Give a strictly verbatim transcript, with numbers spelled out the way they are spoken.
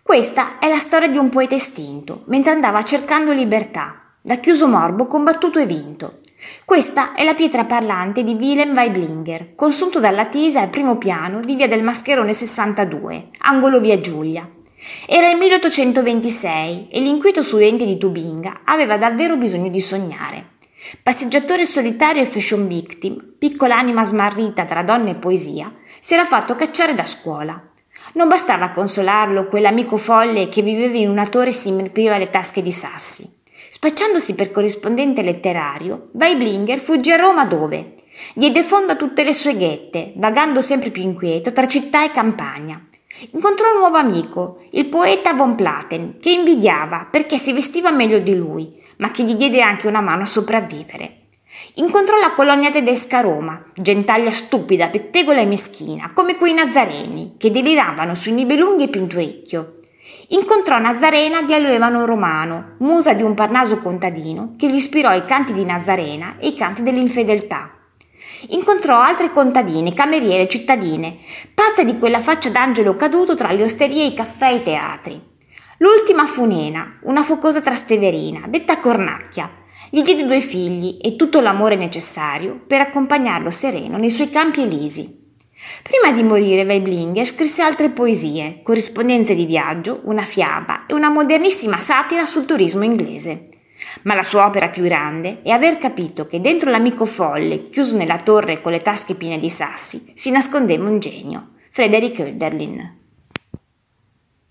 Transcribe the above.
Questa è la storia di un poeta estinto, mentre andava cercando libertà, da chiuso morbo combattuto e vinto. Questa è la pietra parlante di Willem Waiblinger, consunto dalla Tisa al primo piano di via del Mascherone sessantadue, angolo via Giulia. Era il milleottocentoventisei e l'inquieto studente di Tubinga aveva davvero bisogno di sognare. Passeggiatore solitario e fashion victim, piccola anima smarrita tra donne e poesia, si era fatto cacciare da scuola. Non bastava consolarlo quell'amico folle che viveva in una torre e si riempiva le tasche di sassi. Spacciandosi per corrispondente letterario, Waiblinger fuggì a Roma dove? Diede fondo a tutte le sue ghette, vagando sempre più inquieto tra città e campagna. Incontrò un nuovo amico, il poeta von Platen, che invidiava perché si vestiva meglio di lui, ma che gli diede anche una mano a sopravvivere. Incontrò la colonia tedesca a Roma, gentaglia stupida, pettegola e meschina, come quei nazareni che deliravano sui Nibelunghi e Pinturicchio. Incontrò Nazarena di Alevano Romano, musa di un parnaso contadino che gli ispirò i canti di Nazarena e i canti dell'infedeltà. Incontrò altre contadine, cameriere, cittadine, pazze di quella faccia d'angelo caduto tra le osterie, i caffè e i teatri. L'ultima fu Nena, una focosa trasteverina, detta Cornacchia. Gli diede due figli e tutto l'amore necessario per accompagnarlo sereno nei suoi campi elisi. Prima di morire Waiblinger scrisse altre poesie, corrispondenze di viaggio, una fiaba e una modernissima satira sul turismo inglese. Ma la sua opera più grande è aver capito che dentro l'amico folle, chiuso nella torre con le tasche piene di sassi, si nascondeva un genio, Frederick Hölderlin.